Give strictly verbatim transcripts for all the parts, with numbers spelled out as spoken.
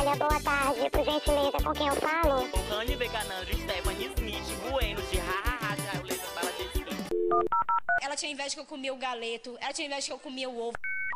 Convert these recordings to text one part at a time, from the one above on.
Olha, boa tarde, por gentileza, com quem eu falo? Rani Veganandro, Stephanie Smith, Bueno, de hahaha, Jauleta, Bala de Skin. Ela tinha inveja que eu comia o galeto, ela tinha inveja que eu comia o ovo.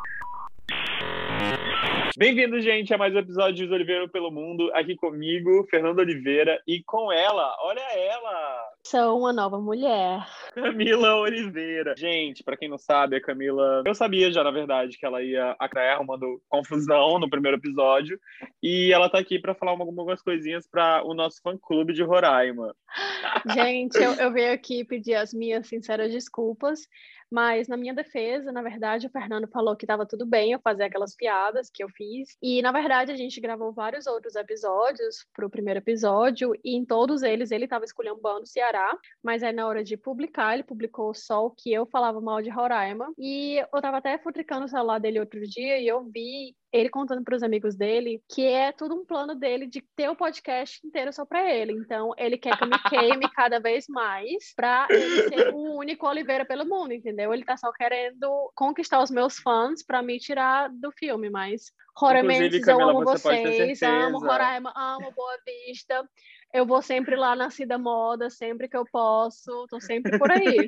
Bem-vindo, gente, a mais um episódio de Os Oliveira pelo Mundo. Aqui comigo, Fernanda Oliveira, e com ela, olha ela, sou uma nova mulher, Camila Oliveira. Gente, pra quem não sabe, a Camila, eu sabia já, na verdade, que ela ia acabar arrumando confusão no primeiro episódio, e ela tá aqui pra falar algumas coisinhas pra o nosso fã-clube de Roraima. Gente, eu, eu venho aqui pedir as minhas sinceras desculpas, mas na minha defesa, na verdade, o Fernando falou que estava tudo bem eu fazer aquelas piadas que eu fiz, e na verdade a gente gravou vários outros episódios pro primeiro episódio, e em todos eles ele estava esculhambando o Ceará, mas aí na hora de publicar, ele publicou só o que eu falava mal de Roraima, e eu tava até futricando o celular dele outro dia, e eu vi ele contando para os amigos dele que é tudo um plano dele de ter o podcast inteiro só para ele. Então, ele quer que eu me queime cada vez mais para ele ser o único Oliveira pelo mundo, entendeu? Ele tá só querendo conquistar os meus fãs para me tirar do filme, mas Roraimenses, eu amo vocês, amo Roraima, amo Boa Vista. Eu vou sempre lá na Cida Moda, sempre que eu posso, tô sempre por aí.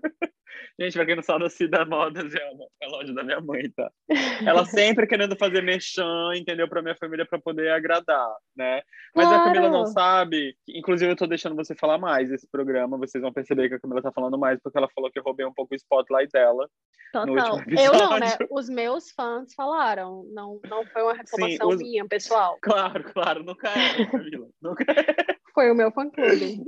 Gente, pra quem não sabe, a Cida Modas é a loja da minha mãe, tá? Ela sempre querendo fazer merchan, entendeu? Pra minha família, pra poder agradar, né? Mas Claro. A Camila não sabe, inclusive eu tô deixando você falar mais esse programa, vocês vão perceber que a Camila tá falando mais, porque ela falou que eu roubei um pouco o spotlight dela. Total. Eu não, né? Os meus fãs falaram, não, não foi uma reclamação Sim, os... minha, pessoal. Claro, claro, nunca é, Camila, nunca é. Foi o meu fã-clube.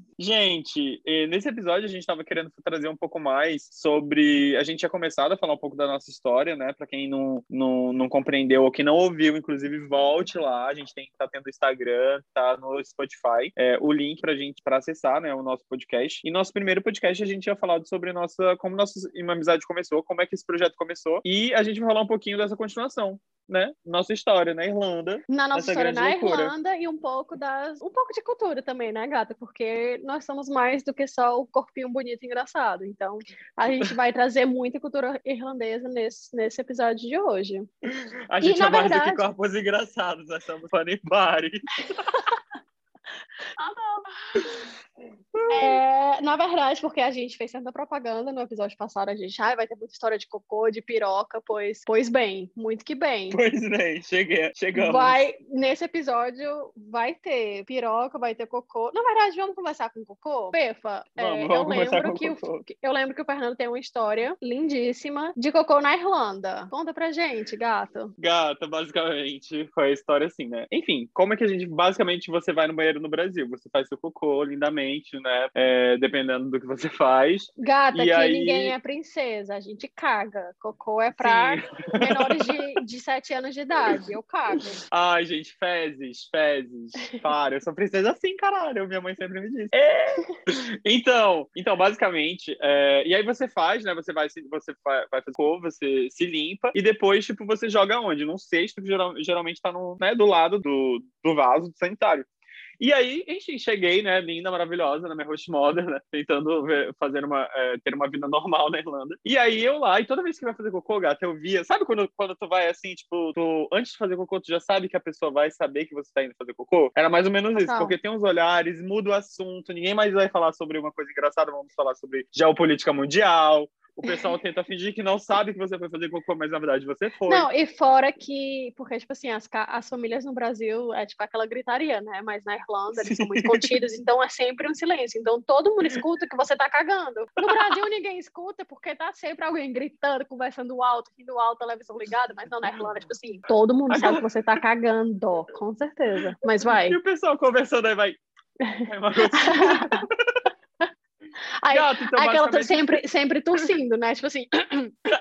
Gente, nesse episódio a gente estava querendo trazer um pouco mais sobre... A gente tinha começado a falar um pouco da nossa história, né? Para quem não, não, não compreendeu ou que não ouviu, inclusive, volte lá. A gente tem, tá tendo Instagram, tá no Spotify. É, o link pra gente, para acessar, né? O nosso podcast. E nosso primeiro podcast a gente tinha falado sobre nossa, como nossa amizade começou, como é que esse projeto começou. E a gente vai falar um pouquinho dessa continuação, né? Nossa história na Irlanda. Na nossa história na loucura. Irlanda e um pouco das... Um pouco de cultura também, né, gata? Porque nós somos mais do que só o corpinho bonito e engraçado. Então, a gente vai trazer muita cultura irlandesa nesse, nesse episódio de hoje. A gente e, é na mais verdade... do que corpos engraçados. Nós somos funny body. Ah, não. É, na verdade, porque a gente fez tanta propaganda no episódio passado, a gente ah, vai ter muita história de cocô, de piroca, pois, pois bem, muito que bem. Pois bem, cheguei, chegamos. Vai, nesse episódio vai ter piroca, vai ter cocô. Na verdade, vamos conversar com o cocô? Pefa, vamos, é, vamos eu, lembro que o, eu lembro que o Fernando tem uma história lindíssima de cocô na Irlanda. Conta pra gente, gato. Gata, basicamente, foi a história assim, né? Enfim, como é que a gente, basicamente, você vai no banheiro no Brasil, você faz seu cocô lindamente, né? É, dependendo do que você faz. Gata, e aqui aí... ninguém é princesa, a gente caga. Cocô é pra Sim. menores de, de sete anos de idade, eu cago. Ai, gente, fezes, fezes. Para, eu sou princesa assim, caralho, minha mãe sempre me disse. É. Então, então, basicamente, é... e aí você faz, né? Você vai, você vai fazer cocô, você se limpa, e depois, tipo, você joga onde? Num cesto que geral, geralmente tá no, né, do lado do, do vaso do sanitário. E aí, enfim, cheguei, né, linda, maravilhosa, na minha host modern, né, tentando ver, fazer uma, é, ter uma vida normal na Irlanda. E aí eu lá, e toda vez que vai fazer cocô, gata, eu via, sabe quando, quando tu vai assim, tipo, tu, antes de fazer cocô, tu já sabe que a pessoa vai saber que você tá indo fazer cocô? Era mais ou menos isso, Total. Porque tem uns olhares, muda o assunto, ninguém mais vai falar sobre uma coisa engraçada, vamos falar sobre geopolítica mundial. O pessoal tenta fingir que não sabe que você foi fazer cocô, mas na verdade você foi. Não, e fora que... Porque, tipo assim, as, as famílias no Brasil é tipo aquela gritaria, né? Mas na Irlanda eles Sim. são muito contidos, então é sempre um silêncio. Então todo mundo escuta que você tá cagando. No Brasil ninguém escuta porque tá sempre alguém gritando, conversando alto, rindo alto, a televisão ligada, mas não na Irlanda, tipo assim, todo mundo Agora... sabe que você tá cagando, com certeza. Mas vai. E o pessoal conversando aí vai... É uma coisa... Aí, Gato, então, aquela basicamente... sempre, sempre tossindo, né? Tipo assim...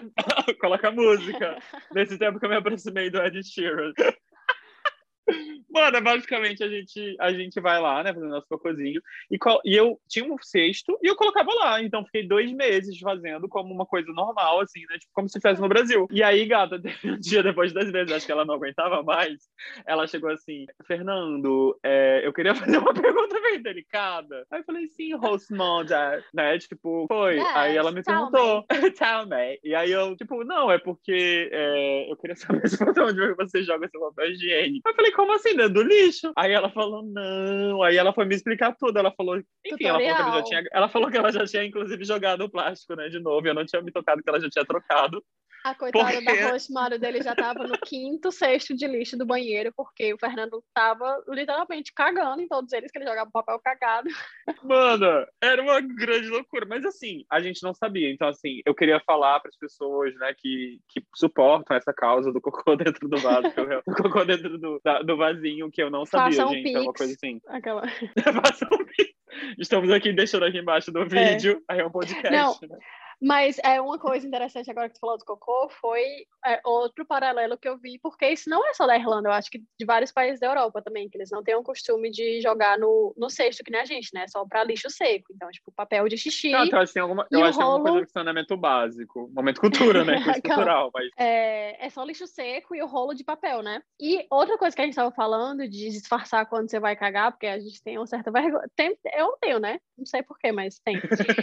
Coloca a música. Nesse tempo que eu me aproximei do Ed Sheeran. Mano, basicamente a gente, a gente vai lá, né, fazendo nosso cocôzinho, e, co- e eu tinha um cesto e eu colocava lá. Então fiquei dois meses fazendo como uma coisa normal, assim, né? Tipo, como se fizesse no Brasil. E aí, gata, teve um dia depois das vezes, acho que ela não aguentava mais, ela chegou assim, Fernando, é, eu queria fazer uma pergunta bem delicada. Aí eu falei, sim, host mother, né? Tipo, foi. Aí ela Yes, me tell perguntou, tell me. E aí eu, tipo, não, é porque é, eu queria saber se você, onde você joga seu papel higiênico. Eu falei, como assim, dentro do lixo? Aí ela falou, não. Aí ela foi me explicar tudo. Ela falou, enfim, ela falou que ela já Tutorial. tinha, ela falou que ela já tinha, inclusive, jogado o plástico, né, de novo. E eu não tinha me tocado que ela já tinha trocado. A coitada da Porque, Rosemary dele já tava no quinto cesto de lixo do banheiro, porque o Fernando tava literalmente cagando em todos eles, que ele jogava papel cagado. mano, era uma grande loucura. Mas assim, a gente não sabia. Então, assim, eu queria falar para as pessoas, né, que, que suportam essa causa do cocô dentro do vaso, que eu, do cocô dentro do, da- do vasinho, que eu não sabia, Façam um gente. Era uma coisa pix. assim. Aquela... Façam um pix. Estamos aqui deixando aqui embaixo do É. vídeo. Aí é um podcast, Não, né? mas é uma coisa interessante agora que tu falou do cocô, foi é, outro paralelo que eu vi, porque isso não é só da Irlanda, eu acho que de vários países da Europa também, que eles não têm o costume de jogar no, no cesto, que nem a gente, né? Só para lixo seco. Então, tipo, papel de xixi Não, então, acho que tem alguma, eu e o acho que tem alguma coisa rolo. de saneamento básico. Momento cultura, né? Coisa Calma. cultural, mas. É, é só lixo seco e o rolo de papel, né? E outra coisa que a gente estava falando de disfarçar quando você vai cagar, porque a gente tem uma certa vergonha. Tem, eu tenho, né? Não sei porquê, mas tem.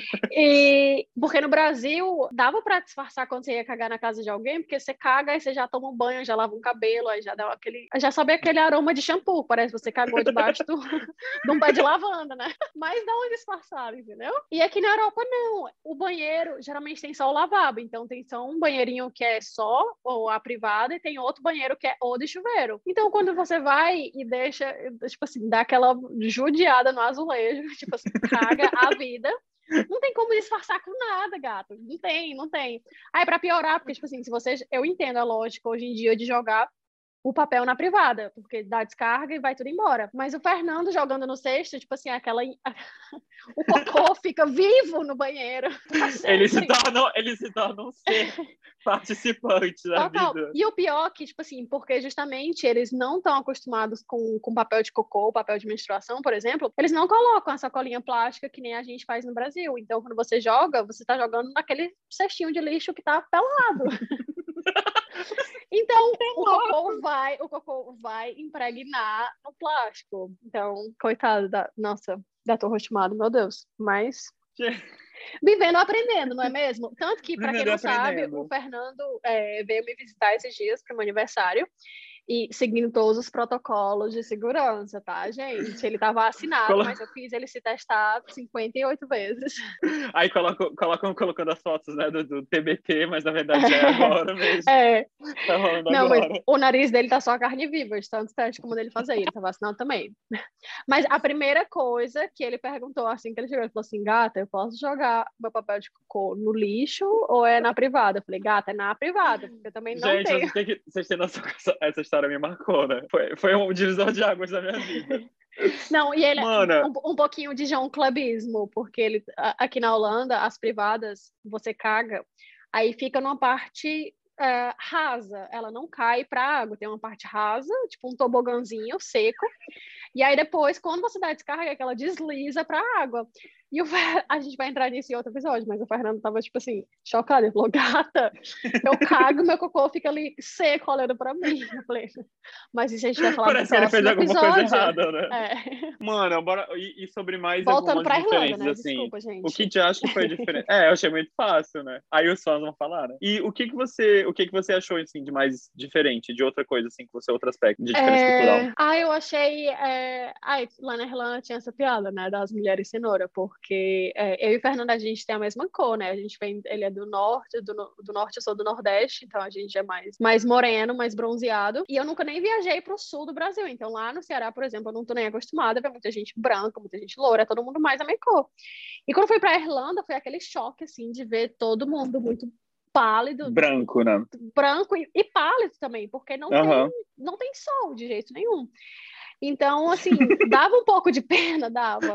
E porque no Brasil dava pra disfarçar quando você ia cagar na casa de alguém, porque você caga e você já toma um banho, já lava um cabelo, aí já dá aquele. Já sobe aquele aroma de shampoo, parece que você cagou debaixo do, de um pé de lavanda, né? Mas dá uma disfarçada, entendeu? E aqui na Europa, não. O banheiro geralmente tem só o lavabo, então tem só um banheirinho que é só, ou a privada, e tem outro banheiro que é o de chuveiro. Então, quando você vai e deixa, tipo assim, dá aquela judiada no azulejo, tipo assim, caga a vida. Não tem como disfarçar com nada, gato. Não tem, não tem. Aí, pra piorar, porque, tipo assim, se vocês. Eu entendo a lógica hoje em dia de jogar o papel na privada, porque dá descarga e vai tudo embora. Mas o Fernando jogando no cesto, tipo assim, aquela. O cocô fica vivo no banheiro. Ele se torna, ele se torna um ser participante da Total. vida. E o pior que, tipo assim, porque justamente eles não estão acostumados com, com papel de cocô, papel de menstruação, por exemplo, eles não colocam a sacolinha plástica que nem a gente faz no Brasil. Então, quando você joga, você tá jogando naquele cestinho de lixo que tá pelado. Então, o cocô vai, o cocô vai impregnar no plástico. Então, coitado da, nossa, da Torre Estimado, meu Deus. Mas vivendo, aprendendo, não é mesmo? Tanto que, para quem não sabe, o Fernando é, veio me visitar esses dias para o meu aniversário. E seguindo todos os protocolos de segurança, tá, gente? Ele tá vacinado, Colo... mas eu fiz ele se testar cinquenta e oito vezes. Aí colocam, colocam colocando as fotos, né, do, do T B T, mas na verdade já é agora mesmo. É. Tá rolando Não, agora. Mas o nariz dele tá só carne viva, de tanto teste como ele fazer. Ele tá vacinado também. Mas a primeira coisa que ele perguntou assim que ele chegou, ele falou assim, gata, eu posso jogar meu papel de cocô no lixo ou é na privada? Eu falei, gata, é na privada, porque eu também não gente, tenho. Gente, que, vocês têm noção que essa, essa história me marcou, né? Foi, foi um divisor de águas da minha vida. Não, e ele Mano. é um, um pouquinho de João Clubismo, porque ele, aqui na Holanda, as privadas, você caga, aí fica numa parte uh, rasa, ela não cai pra água, tem uma parte rasa, tipo um tobogãzinho seco, e aí depois, quando você dá a descarga, é que ela desliza pra água. E o, a gente vai entrar nisso em outro episódio, mas o Fernando tava, tipo assim, chocado. Ele falou, gata, eu cago, meu cocô fica ali seco olhando pra mim. Eu falei, mas isso a gente vai falar Parece no que ele fez alguma episódio. coisa errada, né? É. Mano, bora... E, e sobre mais Voltando algumas pra Irlanda, diferenças, né? assim. Desculpa, gente. O que te acha que foi diferente? É, eu achei muito fácil, né? Aí os fãs vão falar, né? E o que que você, o que que você achou, assim, de mais diferente, de outra coisa, assim, que você, outro aspecto de diferença é... cultural? Ah, eu achei... É... Ai, lá na Irlanda tinha essa piada, né? Das mulheres cenoura, porque é, eu e o Fernando, a gente tem a mesma cor, né? A gente vem... Ele é do norte, do, no... do norte eu sou do nordeste, então a gente é mais, mais moreno, mais bronzeado. E eu nunca nem viajei pro sul do Brasil, então lá no Ceará, por exemplo, eu não tô nem acostumada a ver muita gente branca, muita gente loura, todo mundo mais a minha cor. E quando fui pra Irlanda, foi aquele choque, assim, de ver todo mundo muito pálido. Branco, né? Branco e, e pálido também, porque não, uhum. tem, não tem sol de jeito nenhum. Então, assim, dava um pouco de pena, dava.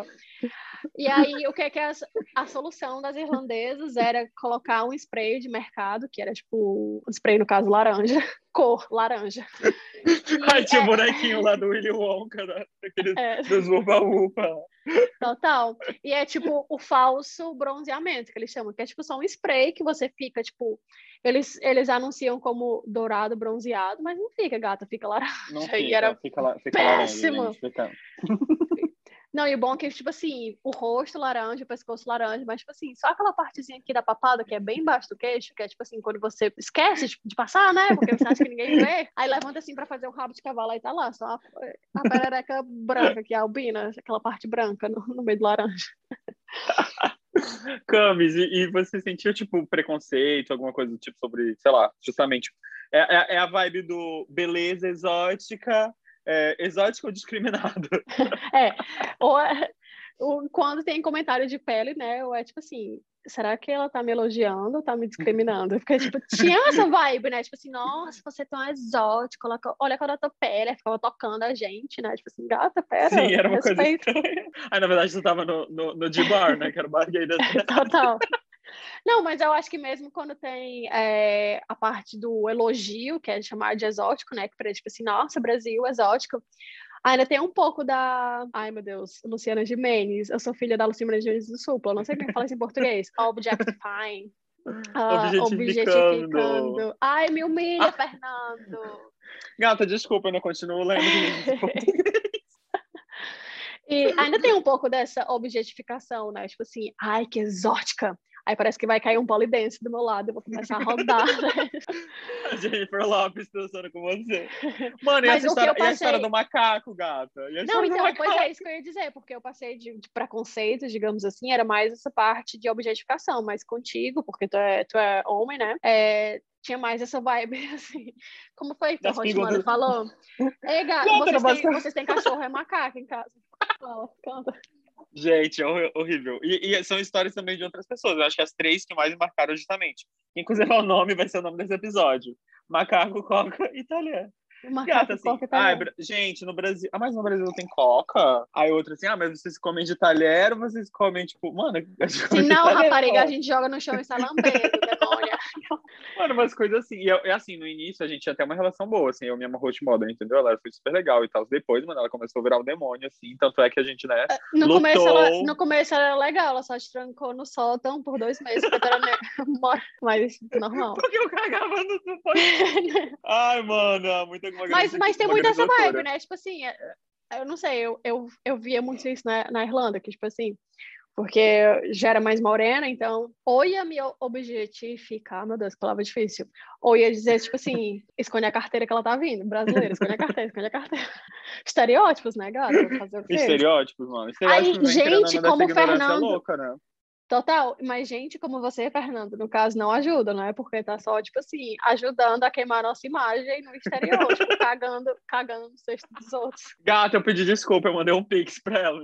E aí, o que é que a, a solução das irlandesas era colocar um spray de mercado, que era tipo, um spray, no caso, laranja, cor laranja. Ai, tinha o é, bonequinho lá do Willy Wonka, né? Aqueles é, dos Upa-Upa. total. E é tipo o falso bronzeamento, que eles chamam, que é tipo só um spray que você fica, tipo, eles, eles anunciam como dourado bronzeado, mas não fica, gata, fica laranja. Não E fica, era fica, la- fica laranja, péssimo. gente. Fica... Não, e o bom é que, tipo assim, o rosto laranja, o pescoço laranja, mas, tipo assim, só aquela partezinha aqui da papada, que é bem embaixo do queixo, que é, tipo assim, quando você esquece de, de passar, né? Porque você acha que ninguém vê, aí levanta assim pra fazer um rabo de cavalo, aí tá lá, só a, a perereca branca, que é a albina, aquela parte branca no, no meio do laranja. Camis, e, e você sentiu, tipo, preconceito, alguma coisa do tipo sobre, sei lá, justamente, é, é, é a vibe do beleza exótica, é, exótica ou discriminada? É, ou, é- ou quando tem comentário de pele, né? Ou é tipo assim, será que ela tá me elogiando ou tá me discriminando? Porque, tipo, tinha essa vibe, né? Tipo assim, nossa, você é tão exótico, olha olha quando a tua pele, aí ficava tocando a gente, né? Tipo assim, gata, Sim, pera, era uma coisa respeito. estranha. Aí, na verdade, você tava no, no, no G-Bar, né? Que era o bar gay da cidade. Total. Não, mas eu acho que mesmo quando tem é, a parte do elogio, que é chamar de exótico, né? Que para tipo assim, nossa, Brasil, exótico. Ainda tem um pouco da. Ai, meu Deus, Luciana Gimenez. Eu sou filha da Luciana Gimenez do Supla. Eu não sei como é que fala isso em português. Objectifying. ah, Objetificando. objetificando. Ai, me humilha, Ah, Fernando. gata, desculpa, eu não continuo lendo livros em português. E ainda tem um pouco dessa objetificação, né? Tipo assim, ai, que exótica. Aí parece que vai cair um polidense do meu lado, eu vou começar a rodar, né? A Jennifer Lopez dançando com você. Mano, e, Mas essa o que história, eu e a história do passei. macaco, gata? E a Não, história do então, pois macaco? é isso que eu ia dizer, porque eu passei de, de preconceitos, digamos assim, era mais essa parte de objetificação, mas contigo, porque tu é, tu é homem, né? É, tinha mais essa vibe, assim. Como foi que a Das Hotmother perguntas. falou? Ei, ga- Gata, era vocês têm, basicamente... vocês têm cachorro, é macaco em casa. Fala, canta. Gente, é hor- horrível. E, e são histórias também de outras pessoas. Eu acho que as três que mais me marcaram justamente. Inclusive, o nome vai ser o nome desse episódio. Macaco, coca, italiano. O Gata, macaco assim, coca ah, italiano. gente, no Brasil. Ah, mas no Brasil tem coca? Aí outra assim, ah, mas vocês comem de talher ou vocês comem, tipo, mano, a gente come Sim, de não, talher, rapariga, a ó. gente joga no chão e sai lambendo, demônia. Mano, umas coisas assim. E, eu- e, assim, no início a gente tinha até uma relação boa, assim, eu e minha host modern, entendeu? Ela foi super legal e tal. Depois, mano, ela começou a virar um demônio, assim. Tanto é que a gente, né, No começo, ela, lutou. no começo ela era legal, ela só te trancou no sótão por dois meses, porque tu era ne- mora- mas normal. Porque eu cagava no no podcast. Ai, mano, é muito uma Mas, grande, mas tem uma muito grande essa vibe, loucura. né? Tipo assim, é- eu não sei, eu, eu, eu via muito isso na, na Irlanda, que tipo assim, porque eu já era mais morena, então, ou ia me objetificar, meu Deus, que palavra difícil, ou ia dizer, tipo assim, esconde a carteira que ela tá vindo, brasileira, esconde a carteira, esconde a carteira. Estereótipos, né, gata? Fazer o quê? Estereótipos, mano. Aí, Estereótipos vem querendo ou gente não dessa como o ignorância Fernando, louca, né? total, mas gente como você, Fernando, no caso, não ajuda, não é? Porque tá só, tipo assim, ajudando a queimar nossa imagem no estereótipo, cagando, cagando no cesto dos outros. Gata, eu pedi desculpa, eu mandei um pix pra ela.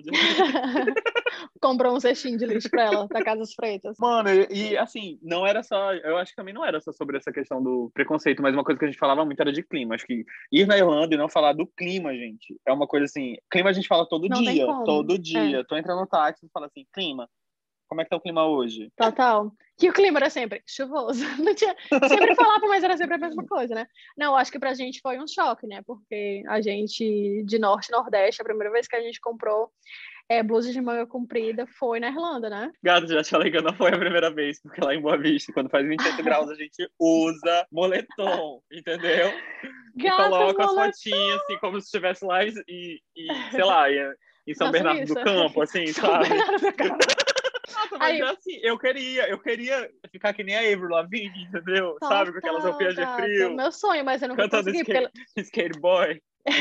Comprou um cestinho de lixo pra ela, da Casas Freitas. Mano, e, e, assim, não era só. Eu acho que também não era só sobre essa questão do preconceito, mas uma coisa que a gente falava muito era de clima. Acho que ir na Irlanda e não falar do clima, gente, é uma coisa assim. Clima a gente fala todo Não tem dia, como. todo É, dia. Tô entrando no táxi e fala assim: clima, como é que tá o clima hoje? total. E o clima era sempre chuvoso. Não tinha... Sempre falava, mas era sempre a mesma coisa, né? Não, acho que pra gente foi um choque, né? Porque a gente, de norte e nordeste, a primeira vez que a gente comprou é, blusa de manga comprida foi na Irlanda, né? Gato, já te falei que não foi a primeira vez, porque lá em Boa Vista, quando faz vinte e oito graus, a gente usa moletom, entendeu? E Gata, coloca as moletom! fotinhas, assim, como se estivesse lá e, e, e, sei lá, em em São Na Bernardo do Suíça. Campo, assim, São sabe? Bernardo do Campo. Nossa, mas Aí, é assim, eu queria, eu queria ficar que nem a Avril Lavigne, entendeu? Sabe, com aquelas total, roupinhas de gata. frio, Meu sonho, mas eu nunca cantando consegui, porque... skate, skate boy.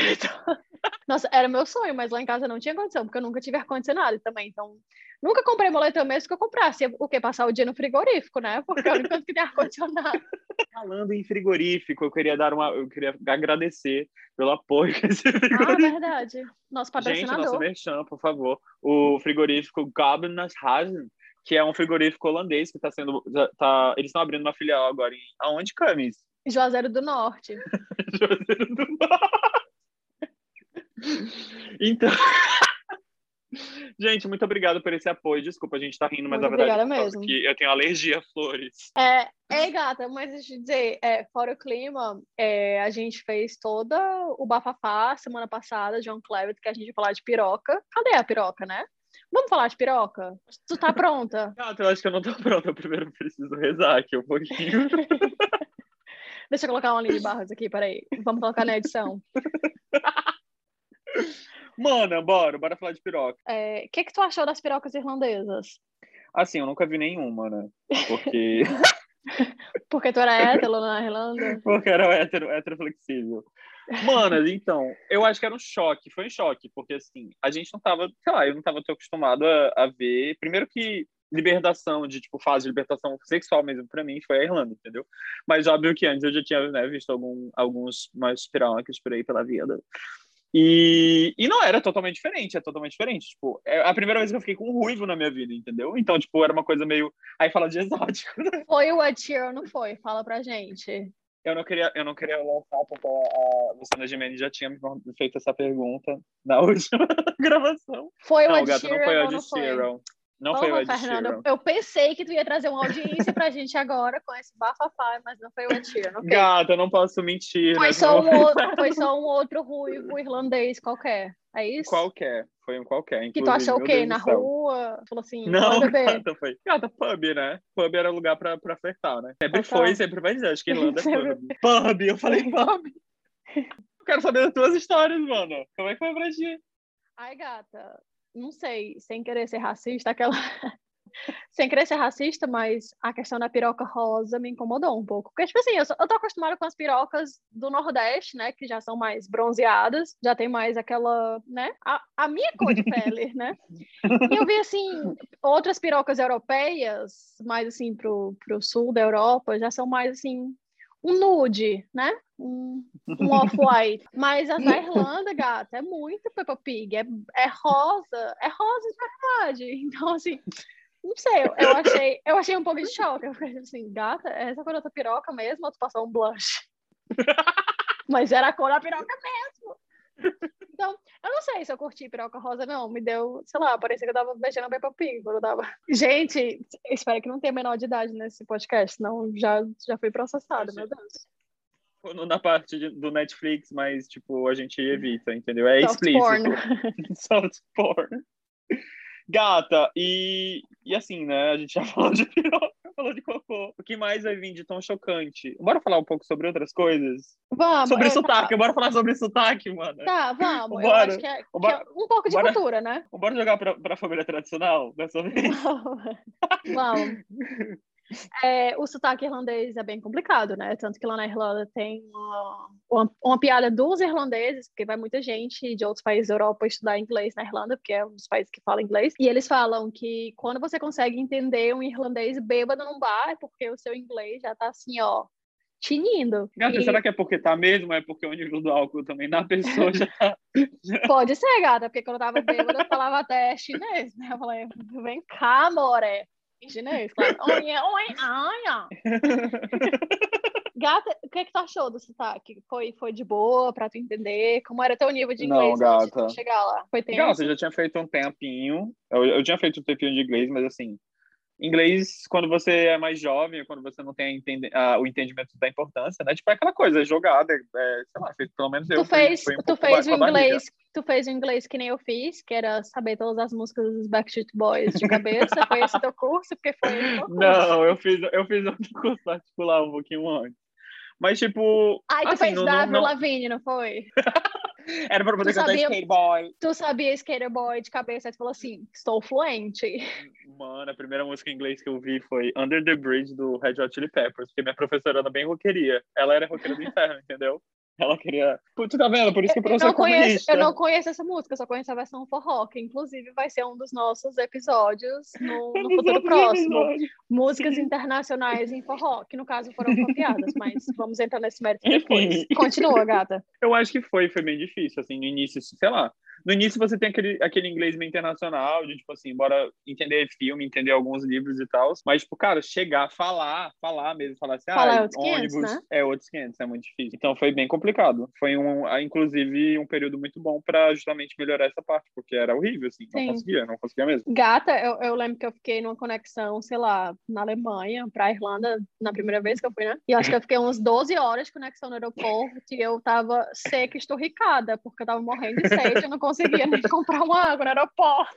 Nossa, era meu sonho, mas lá em casa não tinha condição, porque eu nunca tive ar-condicionado também, então... Nunca comprei moletom mesmo que eu comprasse. O quê? Passar o dia no frigorífico, né? Porque é o único canto que tem ar-condicionado. Falando em frigorífico, eu queria dar uma, eu queria agradecer pelo apoio que esse Ah, frigorífico. verdade. Nosso Gente, nosso patrocinador. merchan, por favor. O frigorífico Gabelnashagen, que é um frigorífico holandês que está sendo, já tá, eles estão abrindo uma filial agora em aonde, Camis? Juazeiro do Norte. Juazeiro do Norte. Então, Gente, muito obrigado por esse apoio. Desculpa, a gente tá rindo, mas Muito na verdade obrigada é por causa mesmo. que eu tenho alergia a flores. É, ei, gata, mas deixa eu te dizer, é, fora o clima, é, a gente fez toda o bafafá semana passada, John Clevitt, que a gente ia falar de piroca. Cadê a piroca, né? Vamos falar de piroca? Tu tá pronta? Gato, eu acho que eu não tô pronta. Eu primeiro preciso rezar aqui um pouquinho. Deixa eu colocar uma linha de barras aqui, peraí. Vamos colocar na edição. Mana, bora, bora falar de piroca. O é, que que tu achou das pirocas irlandesas? Assim, eu nunca vi nenhuma, né? Porque... Porque tu era hétero na Irlanda? Porque era hétero, hétero flexível. Mano, então, eu acho que era um choque, foi um choque, porque assim, a gente não tava, sei lá, eu não tava tão acostumado a, a ver. Primeiro que libertação, de tipo, fase de libertação sexual mesmo pra mim, foi a Irlanda, entendeu? Mas óbvio que antes eu já tinha, né, visto algum, alguns mais pirocas por aí pela vida. E, e não era totalmente diferente, é totalmente diferente. Tipo, é a primeira vez que eu fiquei com um ruivo na minha vida, entendeu? Então, tipo, era uma coisa meio. Aí fala de exótico, né? Foi o Ed Sheeran, não foi? Fala pra gente. Eu não queria, eu não queria lançar, porque a, a Luciana Gimenez já tinha me feito essa pergunta na última gravação. Foi o Não, Ed gata, não Sheeran foi o ou Ed não foi? Sheeran. Não Ô, foi o Ed Fernanda, Sheeran. eu pensei que tu ia trazer uma audiência pra gente agora com esse bafafá, mas não foi o Ed Sheeran, ok? Gata, eu não posso mentir. Foi né? só, um outro, foi só um outro ruivo irlandês qualquer, é isso? Qualquer, foi um qualquer. Que tu Inclusive, achou o meu quê? Deus Na do céu. rua? Tu falou assim, Não, oi, bebê. gata, foi. Gata, pub, né? Pub era lugar pra, pra flertar, né? Sempre Ah, tá. foi, sempre vai ser. Acho que Irlanda é Sempre. pub. Pub, eu falei pub. Eu quero saber das tuas histórias, mano. Como é que foi pra ti? Ai, gata, não sei, sem querer ser racista, aquela... Sem querer ser racista, mas a questão da piroca rosa me incomodou um pouco. Porque, tipo assim, eu, sou, eu tô acostumada com as pirocas do Nordeste, né? Que já são mais bronzeadas, já tem mais aquela, né? A, a minha cor de pele, né? E eu vi, assim, outras pirocas europeias, mais assim, pro, pro sul da Europa, já são mais, assim, um nude, né? Um, um off-white. Mas as da Irlanda, gata, é muito Peppa Pig. É, é rosa. É rosa de verdade. Então, assim... Não sei, eu, eu, achei, eu achei um pouco de choque. Eu fiquei assim, gata, essa é a cor da tua piroca mesmo ou tu passou um blush? Mas era a cor da piroca mesmo. Então, eu não sei se eu curti piroca rosa, não. Me deu, sei lá, parecia que eu tava beijando a Peppa Pig quando eu tava... Gente, espero que não tenha menor de idade nesse podcast, senão já, já fui processada, meu Deus. Na parte de, do Netflix, mas, tipo, a gente evita, entendeu? É Soft explícito. porn. Soft porn. Gata, e, e assim, né? A gente já falou de piroca, falou de cocô. O que mais vai vir de tão chocante? Bora falar um pouco sobre outras coisas? Vamos. Sobre é, sotaque, tá, bora falar sobre sotaque, mano. tá, vamos. Eu Bora. acho que é, que Bora. é um pouco de Bora. cultura, né? Bora jogar pra, pra família tradicional dessa vez? Vamos. É, o sotaque irlandês é bem complicado, né? Tanto que lá na Irlanda tem uma, uma, uma piada dos irlandeses, porque vai muita gente de outros países da Europa estudar inglês na Irlanda, porque é um dos países que fala inglês, e eles falam que quando você consegue entender um irlandês bêbado num bar, é porque o seu inglês já tá assim, ó, tinindo. Gata, E será que é porque tá mesmo? É porque o nível do álcool também na pessoa já tá... Já... Pode ser, gata, porque quando eu tava bêbada eu falava até chinês, né? Eu falei, vem cá, more. Em chinês, claro. Oi, oi, ai, Gata, o que é que tu achou do sotaque? Foi, foi de boa pra tu entender? Como era teu nível de inglês Não, antes gata. de chegar lá? Foi tenso? Gata, eu já tinha feito um tempinho. Eu, eu tinha feito um tempinho de inglês, mas assim... Inglês, quando você é mais jovem, quando você não tem entende, uh, o entendimento da importância, né? Tipo, é aquela coisa, é jogada, é, sei lá, pelo menos eu tu fez, fui um tu pouco fez o com a barriga. inglês, tu fez o inglês que nem eu fiz, que era saber todas as músicas dos Backstreet Boys de cabeça. Foi esse teu curso? Porque foi esse teu curso. Não, eu fiz, eu fiz outro curso particular um pouquinho antes. Mas, tipo... Ai, tu assim, fez não, W não... Lavigne, não foi? Era pra poder Tu cantar sabia- Skate Boy. Tu sabia Skater Boy de cabeça, aí tu falou assim, estou fluente. Mano, a primeira música em inglês que eu vi foi Under the Bridge, do Red Hot Chili Peppers, porque minha professora era bem roqueiria. Ela era roqueira do inferno, entendeu? Ela queria... Pô, tu tá vendo? Por isso que o Eu professor não, conheço, comunista. eu não conheço essa música, eu só conheço a versão forró, que inclusive vai ser um dos nossos episódios no, no Nos futuro outros próximo. episódios. Músicas internacionais em forró, que no caso foram copiadas, mas vamos entrar nesse mérito depois. Enfim. Continua, gata. Eu acho que foi, foi bem difícil, assim, no início, sei lá. no início você tem aquele, aquele inglês meio internacional, de, tipo assim, bora entender filme, entender alguns livros e tal, mas, tipo, cara, chegar, falar, falar mesmo, falar assim, Falar é ah, outros quinhentos, ônibus, né? é outros quinhentos, é muito difícil. Então foi bem complicado. Foi, um, ah, inclusive, um período muito bom pra justamente melhorar essa parte, porque era horrível, assim, não Sim. conseguia, não conseguia mesmo. Gata, eu, eu lembro que eu fiquei numa conexão, sei lá, na Alemanha, pra Irlanda, na primeira vez que eu fui, né? E eu acho que eu fiquei umas doze horas de conexão no aeroporto e eu tava seca, esturricada, porque eu tava morrendo de sede, eu não conseguia nem comprar uma água no aeroporto.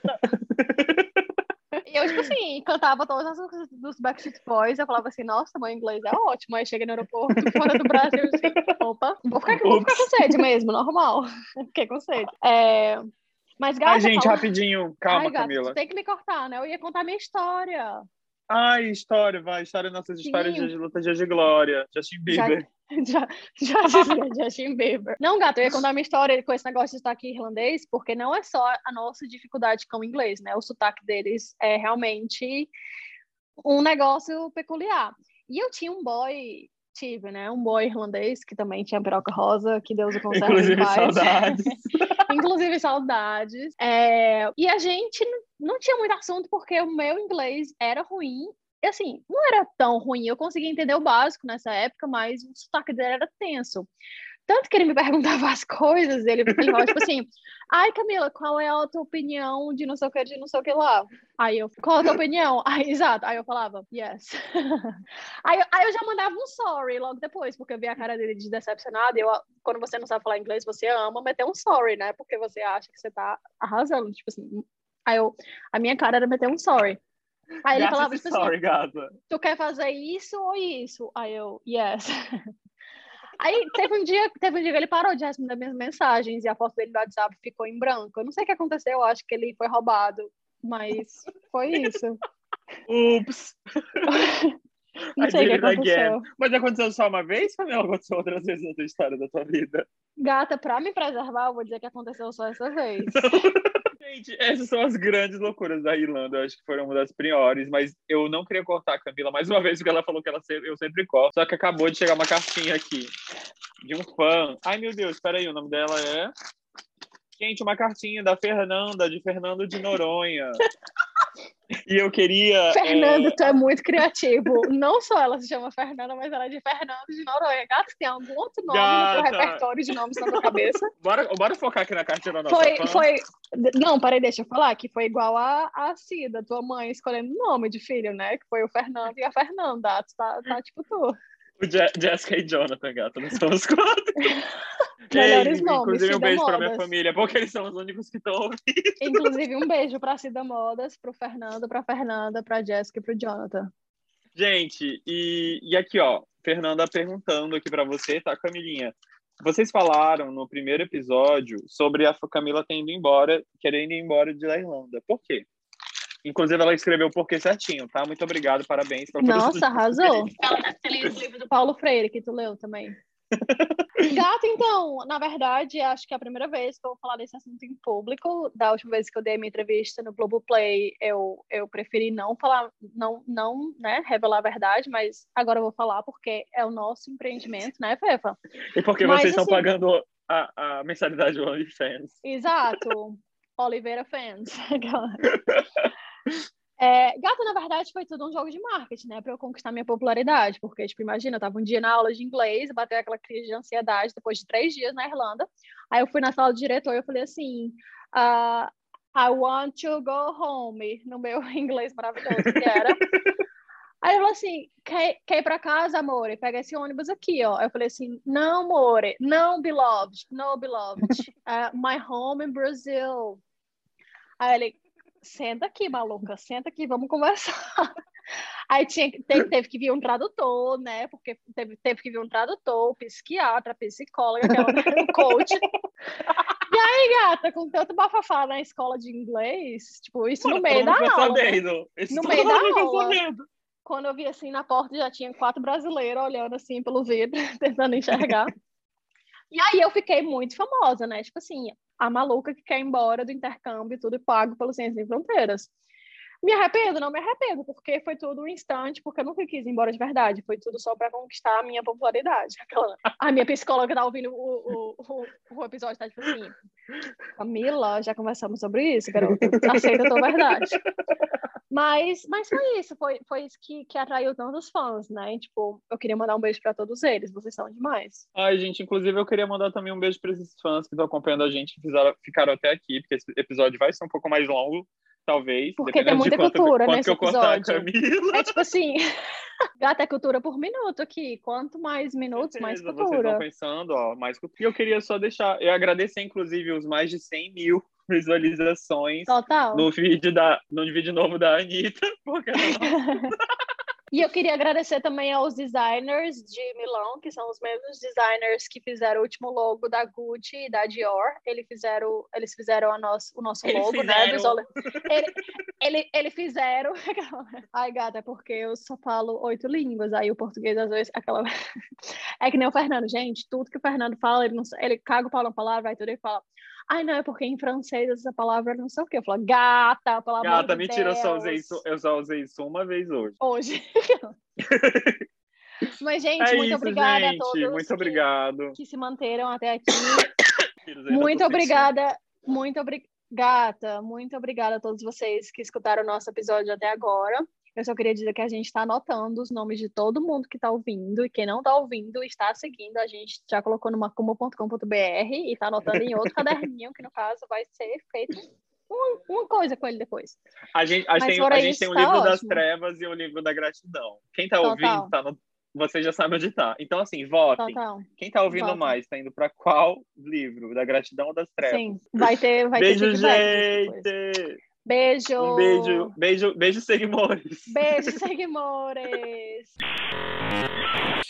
E eu, tipo assim, cantava todas as músicas dos Backstreet Boys, eu falava assim, nossa, meu inglês é ótimo. Aí cheguei no aeroporto, fora do Brasil, assim, opa, vou ficar, vou ficar com sede mesmo, normal. Fiquei com sede. É... Mas, Ai, gata, gente, fala... rapidinho, calma, Ai, gata, tu Camila. tem que me cortar, né? Eu ia contar minha história. Ai, história, vai, história, nossas histórias Sim, de luta, dias de glória, Justin já, Bieber. já, já dizia Justin Bieber. Não, gato, eu ia contar minha história com esse negócio de sotaque irlandês, porque não é só a nossa dificuldade com o inglês, né? O sotaque deles é realmente um negócio peculiar. E eu tinha um boy, tive, né? Um boy irlandês que também tinha peroca rosa, que Deus o conserve em Inclusive, paz. saudades. Inclusive, saudades. É... E a gente não tinha muito assunto porque o meu inglês era ruim. E, assim, não era tão ruim. Eu conseguia entender o básico nessa época, mas o sotaque dele era tenso. Tanto que ele me perguntava as coisas, ele, ele falava, tipo assim, ai, Camila, qual é a tua opinião de não sei o que, de não sei o que lá? Aí eu, qual é a tua opinião? Aí, exato. Aí eu falava, yes. aí, aí eu já mandava um sorry logo depois, porque eu vi a cara dele de decepcionado. E eu, quando você não sabe falar inglês, você ama meter um sorry, né? Porque você acha que você tá arrasando, tipo assim. Aí eu, a minha cara era meter um sorry. Aí ele falava, tipo sorry, assim, gata. tu quer fazer isso ou isso? Aí eu, yes. Aí teve um dia, teve um dia que ele parou de responder minhas mensagens e a foto dele no WhatsApp ficou em branco. Eu não sei o que aconteceu, eu acho que ele foi roubado, mas foi isso. Ups. Não I sei o did que it again. aconteceu. Mas aconteceu só uma vez ou não aconteceu outras vezes na tua história da tua vida? Gata, pra me preservar, eu vou dizer que aconteceu só essa vez. Gente, essas são as grandes loucuras da Irlanda. Eu acho que foram uma das piores, mas eu não queria cortar a Camila mais uma vez, porque ela falou que ela sempre, eu sempre corto. Só que acabou de chegar uma cartinha aqui de um fã. Ai, meu Deus, peraí, o nome dela é... Gente, uma cartinha da Fernanda, de Fernando de Noronha. E eu queria... Fernando, é... tu é muito criativo. Não só ela se chama Fernanda, mas ela é de Fernando de Noronha. Gata, tem algum outro nome Gata. no teu repertório de nomes na tua cabeça? Bora, bora focar aqui na cartinha da nossa Foi, fã. foi... Não, peraí, deixa eu falar, que foi igual a, a Cida, tua mãe escolhendo o nome de filho, né? Que foi o Fernando e a Fernanda. Tu tá, tá tipo tu. O Je Jessica e Jonathan, gata, nós somos quatro. Melhores Ei, nomes, inclusive um Cida beijo pra minha Modas. família, porque eles são os únicos que estão ouvindo. Inclusive, um beijo pra Cida Modas, pro Fernando, pra Fernanda, pra Jéssica e pro Jonathan. Gente, e, e aqui, ó, Fernanda perguntando aqui pra você, tá, Camilinha? Vocês falaram no primeiro episódio sobre a Camila tendo ido embora, querendo ir embora de da Irlanda. Por quê? Inclusive, ela escreveu o porquê certinho, tá? Muito obrigado, parabéns. Nossa, arrasou. Ela deve ter lido o livro do Paulo Freire, que tu leu também. Gato, então, na verdade, acho que é a primeira vez que eu vou falar desse assunto em público. Da última vez que eu dei minha entrevista no Globoplay, eu, eu preferi não falar, não, não né, revelar a verdade, mas agora eu vou falar porque é o nosso empreendimento, né, Fefa? E porque mas, vocês estão assim, pagando a, a mensalidade do OnlyFans. Exato. Oliveira Fans. É, gata, na verdade, foi tudo um jogo de marketing, né? Pra eu conquistar minha popularidade. Porque, tipo, imagina, eu tava um dia na aula de inglês, bateu aquela crise de ansiedade depois de três dias na Irlanda. Aí eu fui na sala do diretor e eu falei assim, uh, I want to go home, no meu inglês maravilhoso que era. Aí ele falou assim, quer, quer ir pra casa, amore? Pega esse ônibus aqui, ó. Aí eu falei assim, não, amore, não, beloved, no, beloved. Uh, my home in Brazil. Aí ele, senta aqui, maluca, senta aqui, vamos conversar. Aí tinha, teve, teve que vir um tradutor, né? Porque teve, teve que vir um tradutor, psiquiatra, psicóloga, aquela, um coach. E aí, gata, com tanto bafafá na escola de inglês, tipo, isso Mano, no meio da aula. Né? No meio da aula. Sabendo. Quando eu vi assim na porta, já tinha quatro brasileiros olhando assim pelo vidro, tentando enxergar. E aí eu fiquei muito famosa, né? Tipo assim, a maluca que quer ir embora do intercâmbio e tudo pago pelo Ciências Sem Fronteiras. Me arrependo? Não me arrependo, porque foi tudo um instante, porque eu nunca quis ir embora de verdade. Foi tudo só para conquistar a minha popularidade. Aquela... A minha psicóloga tá ouvindo o, o, o, o episódio, tá tipo assim, Camila, já conversamos sobre isso, garota. Aceita a tua verdade. Mas, mas foi isso, foi, foi isso que, que atraiu tantos fãs, né? Tipo, eu queria mandar um beijo pra todos eles, vocês são demais. Ai, gente, inclusive eu queria mandar também um beijo para esses fãs que estão acompanhando a gente, que fizeram, ficaram até aqui, porque esse episódio vai ser um pouco mais longo, talvez. Porque tem muita cultura quanto nesse que eu cortar episódio. a Camila. É tipo assim, gata, é cultura por minuto aqui. Quanto mais minutos, mais Certeza, cultura. vocês vão pensando, ó, mais cultura. E eu queria só deixar, eu agradecer, inclusive, os mais de cem mil visualizações Total. no vídeo, da, no vídeo novo da Anitta, porque ela E eu queria agradecer também aos designers de Milão, que são os mesmos designers que fizeram o último logo da Gucci e da Dior. Eles fizeram, eles fizeram a nosso, o nosso Eles logo, fizeram. né? Dos ole... ele, ele, ele fizeram. Ai, gata, é porque eu só falo oito línguas, aí o português às vezes aquela. É que nem o Fernando, gente. Tudo que o Fernando fala, ele, não... ele caga o pau na palavra, vai tudo e fala. Ai, não, é porque em francês essa palavra não sei o quê. Eu falo, gata, pelo amor Gata, de mentira, eu Deus. só, usei isso, eu só usei isso uma vez hoje. Hoje. Mas, gente, É muito isso, obrigada gente. a todos Muito que, obrigado. que se manteram até aqui. Filhos, ainda Muito tô sentindo. obrigada, muito obrigada, muito obrigada a todos vocês que escutaram o nosso episódio até agora. Eu só queria dizer que a gente está anotando os nomes de todo mundo que está ouvindo, e quem não está ouvindo está seguindo. A gente já colocou no macumba ponto com ponto b r e está anotando em outro caderninho, que no caso vai ser feito uma, uma coisa com ele depois. A gente, a Mas tem, fora a gente isso, tem o tá livro das ótimo. trevas e o livro da gratidão. Quem tá Total. ouvindo, tá no, você já sabe onde tá. Então, assim, votem. Total. Quem tá ouvindo Votem. mais, tá indo pra qual livro? Da gratidão ou das trevas? Sim, vai ter, vai Beijo, ter feedback depois. gente! Beijo! Um beijo, beijo, beijo, seguimores! Beijo, seguimores!